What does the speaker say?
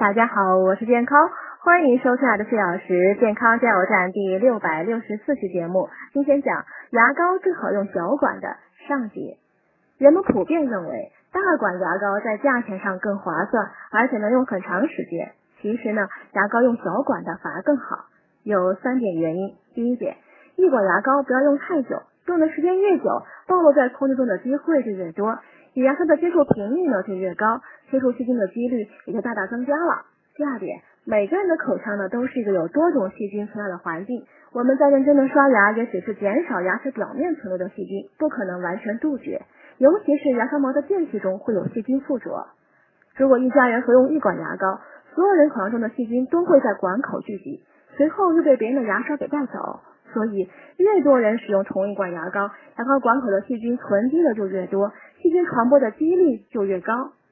大家好，我是健康，欢迎收看24小时健康加油站第664期节目。今天讲牙膏最好用小管的上集。人们普遍认为大管牙膏在价钱上更划算，而且能用很长时间。其实呢，牙膏用小管的反而更好，有3点原因。第一点，一管牙膏不要用太久，用的时间越久，暴露在空气中的机会就越多，与牙刷的接触频率呢就越高，接触细菌的几率也就大大增加了。第二点，每个人的口腔呢都是一个有多种细菌存在的环境，我们在认真的刷牙也只是减少牙齿表面存留的细菌，不可能完全杜绝，尤其是牙刷毛的间隙中会有细菌附着。如果一家人合用一管牙膏，所有人口腔中的细菌都会在管口聚集，随后又被别人的牙刷给带走，所以越多人使用同一管牙膏，牙膏管口的细菌囤积的就越多，细菌传播的几率就越高。